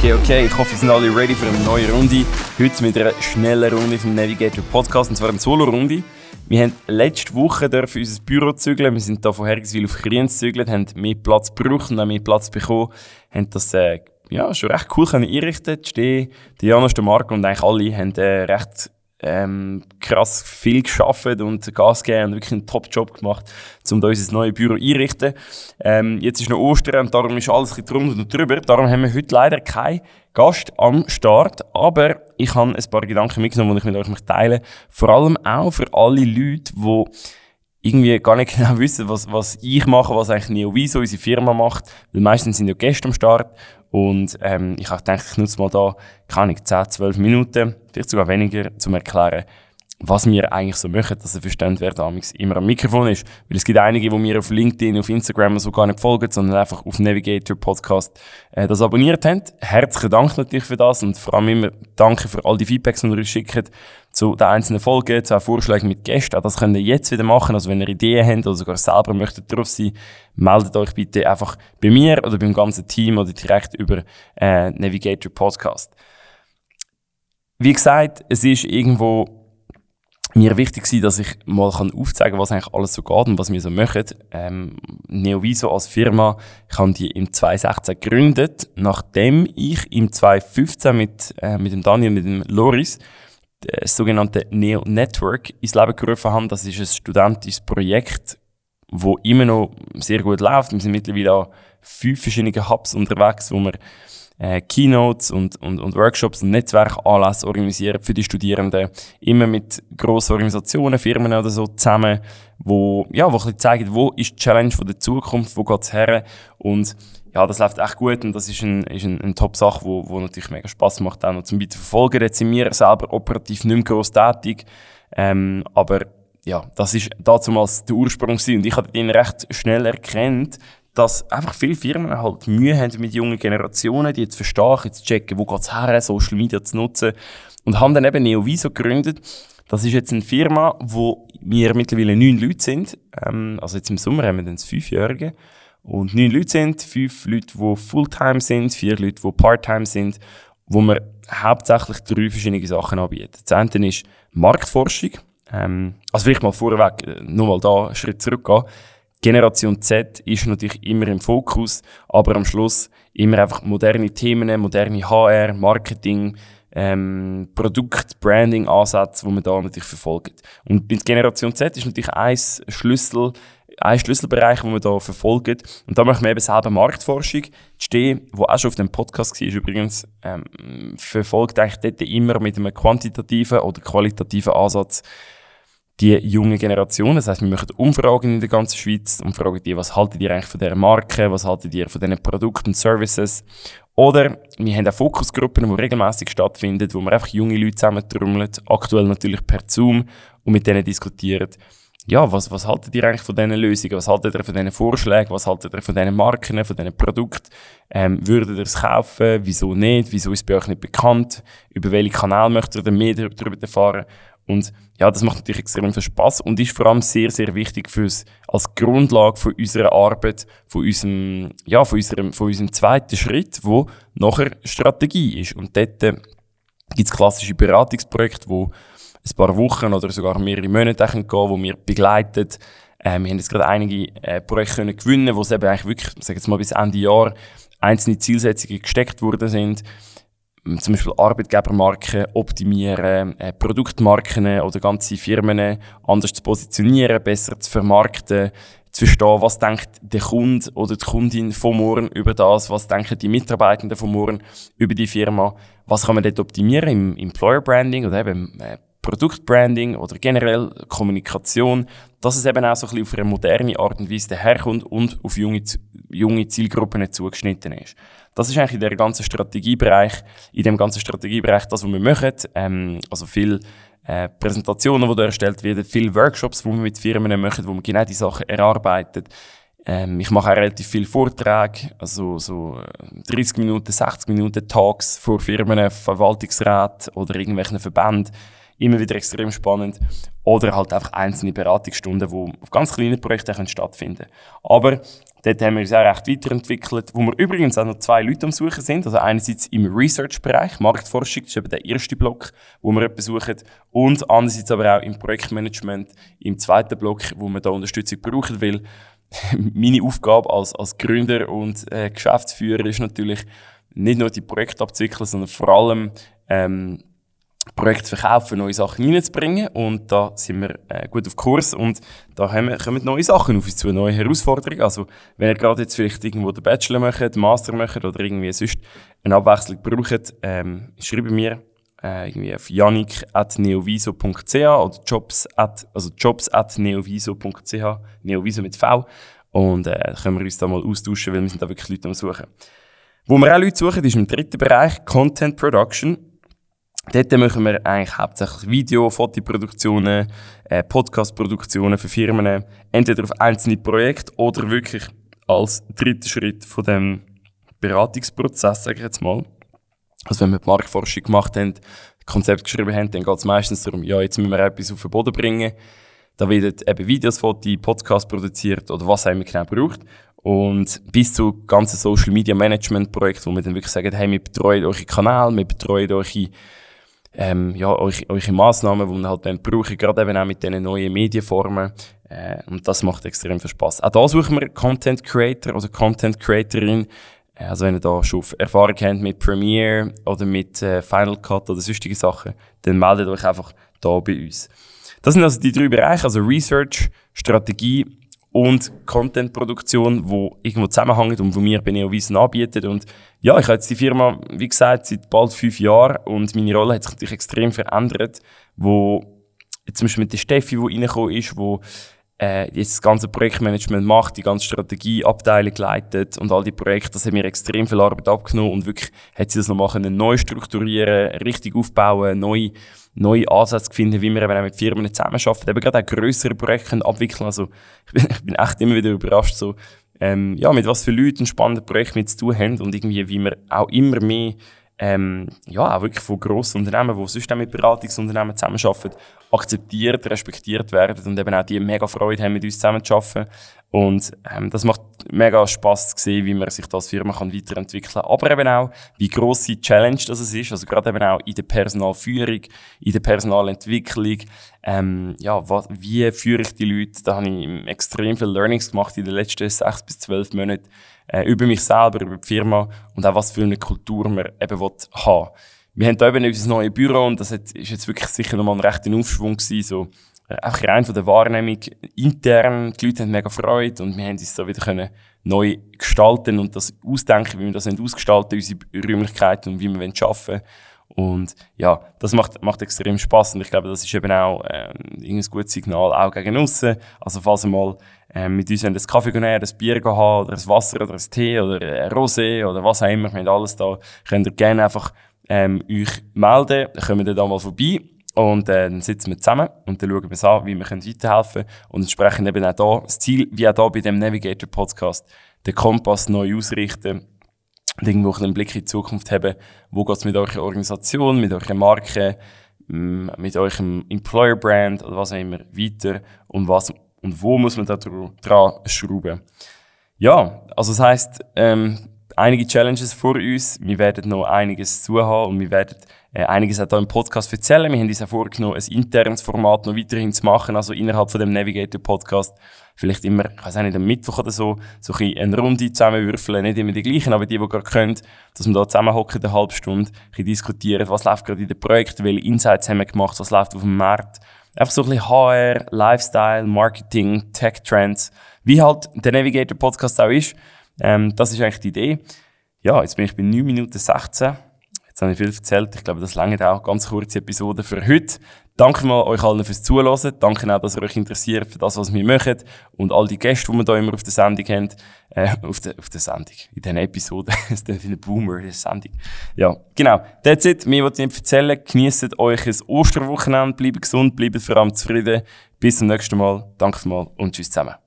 Okay, ich hoffe, ihr sind alle ready für eine neue Runde. Heute mit einer schnellen Runde vom Navigator Podcast, und zwar eine Solo-Runde. Wir haben letzte Woche unser Büro zügeln. Wir sind hier von Hergiswil auf Kriens gezügelt, haben mehr Platz gebraucht und auch mehr Platz bekommen. Haben das schon recht cool können einrichten. Die Janos, der Marco und eigentlich alle haben recht krass viel gearbeitet und Gas gegeben und wirklich einen Top-Job gemacht, um unser neues Büro einzurichten. Jetzt ist noch Ostern und darum ist alles ein bisschen drunter und drüber. Darum haben wir heute leider keinen Gast am Start. Aber ich habe ein paar Gedanken mitgenommen, die ich mit euch teilen möchte. Vor allem auch für alle Leute, die irgendwie gar nicht genau wissen, was ich mache, was eigentlich Neoviso, unsere Firma, macht. Weil meistens sind ja Gäste am Start. Und ich habe gedacht, ich nutze mal da, keine Ahnung, 10, 12 Minuten, vielleicht sogar weniger, um zu erklären, was wir eigentlich so machen, dass ihr versteht, wer da immer am Mikrofon ist. Weil es gibt einige, die mir auf LinkedIn, auf Instagram so gar nicht folgen, sondern einfach auf Navigator Podcast das abonniert haben. Herzlichen Dank natürlich für das und vor allem immer danke für all die Feedbacks, die ihr uns schickt zu den einzelnen Folgen, zu Vorschlägen mit Gästen. Auch das könnt ihr jetzt wieder machen. Also wenn ihr Ideen habt oder sogar selber möchtet drauf sein, meldet euch bitte einfach bei mir oder beim ganzen Team oder direkt über Navigator Podcast. Wie gesagt, es ist irgendwo mir wichtig war, dass ich mal aufzeigen kann, was eigentlich alles so geht und was wir so machen. Neoviso als Firma, ich habe die im 2016 gegründet, nachdem ich im 2015 mit dem Daniel, mit dem Loris, das sogenannte Neo Network ins Leben gerufen habe. Das ist ein studentisches Projekt, das immer noch sehr gut läuft. Wir sind mittlerweile an 5 verschiedenen Hubs unterwegs, wo wir Keynotes und Workshops und Netzwerkanlässe organisieren für die Studierenden. Immer mit grossen Organisationen, Firmen oder so zusammen, wo ein bisschen zeigen, wo ist die Challenge von der Zukunft, wo geht's her. Und ja, das läuft echt gut und das ist eine Top-Sache, wo natürlich mega Spass macht, auch noch zum Weiterverfolgen. Jetzt sind wir selber operativ nicht mehr gross tätig, aber ja, das ist damals der Ursprung gewesen. Und ich habe ihn recht schnell erkannt, dass einfach viele Firmen halt Mühe haben mit jungen Generationen, die jetzt verstehen, jetzt checken, wo geht's her, Social Media zu nutzen. Und haben dann eben Neoviso gegründet. Das ist jetzt eine Firma, wo wir mittlerweile 9 Leute sind. Also jetzt im Sommer haben wir dann das 5-Jährige. Und 9 Leute sind, 5 Leute, die Fulltime sind, 4 Leute, die Parttime sind, wo wir hauptsächlich 3 verschiedene Sachen anbieten. Das eine ist Marktforschung. Also vielleicht mal vorweg, nur mal da einen Schritt zurückgehen. Generation Z ist natürlich immer im Fokus, aber am Schluss immer einfach moderne Themen, moderne HR, Marketing, Produkt, Branding-Ansätze, die man da natürlich verfolgt. Und mit Generation Z ist natürlich ein Schlüsselbereich, den wir da verfolgen. Und da machen wir eben selber Marktforschung. Die STE, die auch schon auf dem Podcast war, übrigens, verfolgt eigentlich dort immer mit einem quantitativen oder qualitativen Ansatz die junge Generation. Das heisst, wir machen Umfragen in der ganzen Schweiz und fragen die, was haltet ihr eigentlich von dieser Marke, was haltet ihr von diesen Produkten und Services. Oder wir haben auch Fokusgruppen, die regelmäßig stattfinden, wo wir einfach junge Leute zusammentrommeln, aktuell natürlich per Zoom, und mit denen diskutieren, ja, was haltet ihr eigentlich von diesen Lösungen, was haltet ihr von diesen Vorschlägen, was haltet ihr von diesen Marken, von diesen Produkten, würdet ihr es kaufen, wieso nicht, wieso ist es bei euch nicht bekannt, über welche Kanäle möchtet ihr mehr darüber erfahren. Und ja, das macht natürlich extrem viel Spass und ist vor allem sehr, sehr wichtig als Grundlage von unserer Arbeit, von unserem zweiten Schritt, wo nachher Strategie ist. Und dort gibt es klassische Beratungsprojekte, die ein paar Wochen oder sogar mehrere Monate gehen, wo wir begleiten. Wir haben jetzt gerade einige Projekte können gewinnen, wo es eben eigentlich wirklich, sag jetzt mal bis Ende Jahr, einzelne Zielsetzungen gesteckt worden sind. Zum Beispiel Arbeitgebermarken optimieren, Produktmarken oder ganze Firmen anders zu positionieren, besser zu vermarkten, zu verstehen, was denkt der Kunde oder die Kundin von morgen über das, was denken die Mitarbeitenden von morgen über die Firma, was kann man dort optimieren im Employer Branding oder eben Produktbranding oder generell Kommunikation, dass es eben auch so ein bisschen auf eine moderne Art und Weise daherkommt und auf junge Zielgruppen zugeschnitten ist. Das ist eigentlich in dem ganzen Strategiebereich, das, was wir machen. Also viele Präsentationen, die da erstellt werden, viele Workshops, die wir mit Firmen machen, wo wir genau diese Sachen erarbeiten. Ich mache auch relativ viele Vorträge, also so 30 Minuten, 60 Minuten Talks vor Firmen, Verwaltungsräten oder irgendwelchen Verbänden immer wieder extrem spannend. Oder halt einfach einzelne Beratungsstunden, die auf ganz kleinen Projekten stattfinden können. Aber dort haben wir uns auch recht weiterentwickelt, wo wir übrigens auch noch 2 Leute am Suchen sind. Also einerseits im Research-Bereich, Marktforschung, das ist eben der erste Block, wo wir jemanden suchen. Und andererseits aber auch im Projektmanagement, im zweiten Block, wo wir da Unterstützung brauchen, weil meine Aufgabe als Gründer und Geschäftsführer ist natürlich nicht nur die Projekte abzuwickeln, sondern vor allem Projekte zu verkaufen, neue Sachen reinzubringen. Und da sind wir gut auf Kurs und da kommen neue Sachen auf uns zu, neue Herausforderungen. Also wenn ihr gerade jetzt vielleicht irgendwo den Bachelor macht, den Master macht oder irgendwie sonst eine Abwechslung braucht, schreibt mir irgendwie auf janik@neoviso.ch oder jobs@neoviso.ch, Neoviso mit V. Und können wir uns da mal austauschen, weil wir sind da wirklich Leute am Suchen. Wo wir auch Leute suchen, ist im dritten Bereich, Content Production. Dort machen wir eigentlich hauptsächlich Video-, Fotoproduktionen, Podcast-Produktionen für Firmen, entweder auf einzelne Projekte oder wirklich als dritten Schritt von dem Beratungsprozess, sage ich jetzt mal. Also wenn wir die Marktforschung gemacht haben, Konzept geschrieben haben, dann geht es meistens darum, ja, jetzt müssen wir etwas auf den Boden bringen. Da werden eben Videos, Fotos, Podcasts produziert oder was auch immer genau braucht. Und bis zu ganzen Social Media Management Projekten, wo wir dann wirklich sagen, hey, wir betreuen eure Kanäle, wir betreuen eure Massnahmen, die wir halt brauchen, gerade eben auch mit diesen neuen Medienformen. Und das macht extrem viel Spass. Auch da suchen wir Content Creator oder Content Creatorin. Also wenn ihr da schon Erfahrung habt mit Premiere oder mit Final Cut oder sonstige Sachen, dann meldet euch einfach da bei uns. Das sind also die 3 Bereiche, also Research, Strategie und Content-Produktion, die irgendwo zusammenhängen und die wir bei Neoviso anbieten. Und ja, ich habe jetzt die Firma, wie gesagt, seit bald 5 Jahren und meine Rolle hat sich natürlich extrem verändert, wo jetzt zum Beispiel mit der Steffi, die reingekommen ist, wo jetzt das ganze Projektmanagement macht, die ganze Strategieabteilung leitet und all die Projekte, das hat mir extrem viel Arbeit abgenommen und wirklich hat sie das nochmal neu strukturieren, richtig aufbauen, neue Ansätze finden, wie wir eben auch mit Firmen zusammenarbeiten, eben gerade auch grössere Projekte können abwickeln. Also ich bin echt immer wieder überrascht, so, mit was für Leuten spannende Projekte mit zu tun haben und irgendwie, wie wir auch immer mehr auch wirklich von grossen Unternehmen, die sonst auch mit Beratungsunternehmen zusammenarbeiten, akzeptiert, respektiert werden und eben auch die mega Freude haben, mit uns zusammenzuarbeiten. Und das macht mega Spass zu sehen, wie man sich als Firma kann weiterentwickeln kann. Aber eben auch, wie gross die Challenge das ist. Also gerade eben auch in der Personalführung, in der Personalentwicklung. Wie führe ich die Leute? Da habe ich extrem viele Learnings gemacht in den letzten 6 bis 12 Monaten. Über mich selber, über die Firma und auch was für eine Kultur man eben haben will. Wir haben da eben unser neues Büro und das ist jetzt wirklich sicher nochmal ein rechter Aufschwung gewesen, so einfach rein von der Wahrnehmung intern. Die Leute haben mega Freude und wir haben uns da wieder können neu gestalten und das ausdenken, wie wir das ausgestalten, unsere Räumlichkeiten und wie wir arbeiten wollen. Und ja, das macht extrem Spass und ich glaube, das ist eben auch ein gutes Signal auch gegen aussen. Also falls ihr mal mit uns einen Kaffee nehmen, ein Bier haben oder ein Wasser oder ein Tee oder ein Rosé oder was auch immer, wir haben alles da, könnt ihr gerne einfach euch melden, dann kommen wir da mal vorbei und dann sitzen wir zusammen und dann schauen wir uns an, wie wir weiterhelfen können und entsprechend eben auch da das Ziel, wie auch da bei dem Navigator Podcast, den Kompass neu ausrichten und irgendwo einen Blick in die Zukunft haben, wo geht es mit eurer Organisation, mit eurer Marke, mit eurem Employer Brand oder was auch immer weiter und was und wo muss man da dran schrauben. Ja, also das heisst, einige Challenges vor uns, wir werden noch einiges zu haben und wir werden einiges auch hier im Podcast erzählen. Wir haben uns auch vorgenommen, ein internes Format noch weiterhin zu machen, also innerhalb von dem Navigator Podcast. Vielleicht immer, ich weiß auch nicht, am Mittwoch oder so eine Runde zusammenwürfeln, nicht immer die gleichen, aber die gerade können, dass wir da zusammenhocken, eine halbe Stunde, ein bisschen diskutieren, was läuft gerade in den Projekten, welche Insights haben wir gemacht, was läuft auf dem Markt. Einfach so ein bisschen HR, Lifestyle, Marketing, Tech-Trends, wie halt der Navigator Podcast auch ist. Das ist eigentlich die Idee. Ja, jetzt bin ich bei 9 Minuten 16. Jetzt habe ich viel erzählt. Ich glaube, das reicht auch. Ganz kurze Episode für heute. Danke mal euch allen fürs Zuhören. Danke auch, dass ihr euch interessiert für das, was wir machen. Und all die Gäste, die wir da immer auf der Sendung haben. Auf der Sendung. In diesen Episoden. Das ist wie ein Boomer, in der Sendung. Ja, genau. That's it. Mehr wollte ich nicht erzählen. Genießt euch ein Osterwochenende. Bleibt gesund, bleibt vor allem zufrieden. Bis zum nächsten Mal. Danke mal und tschüss zusammen.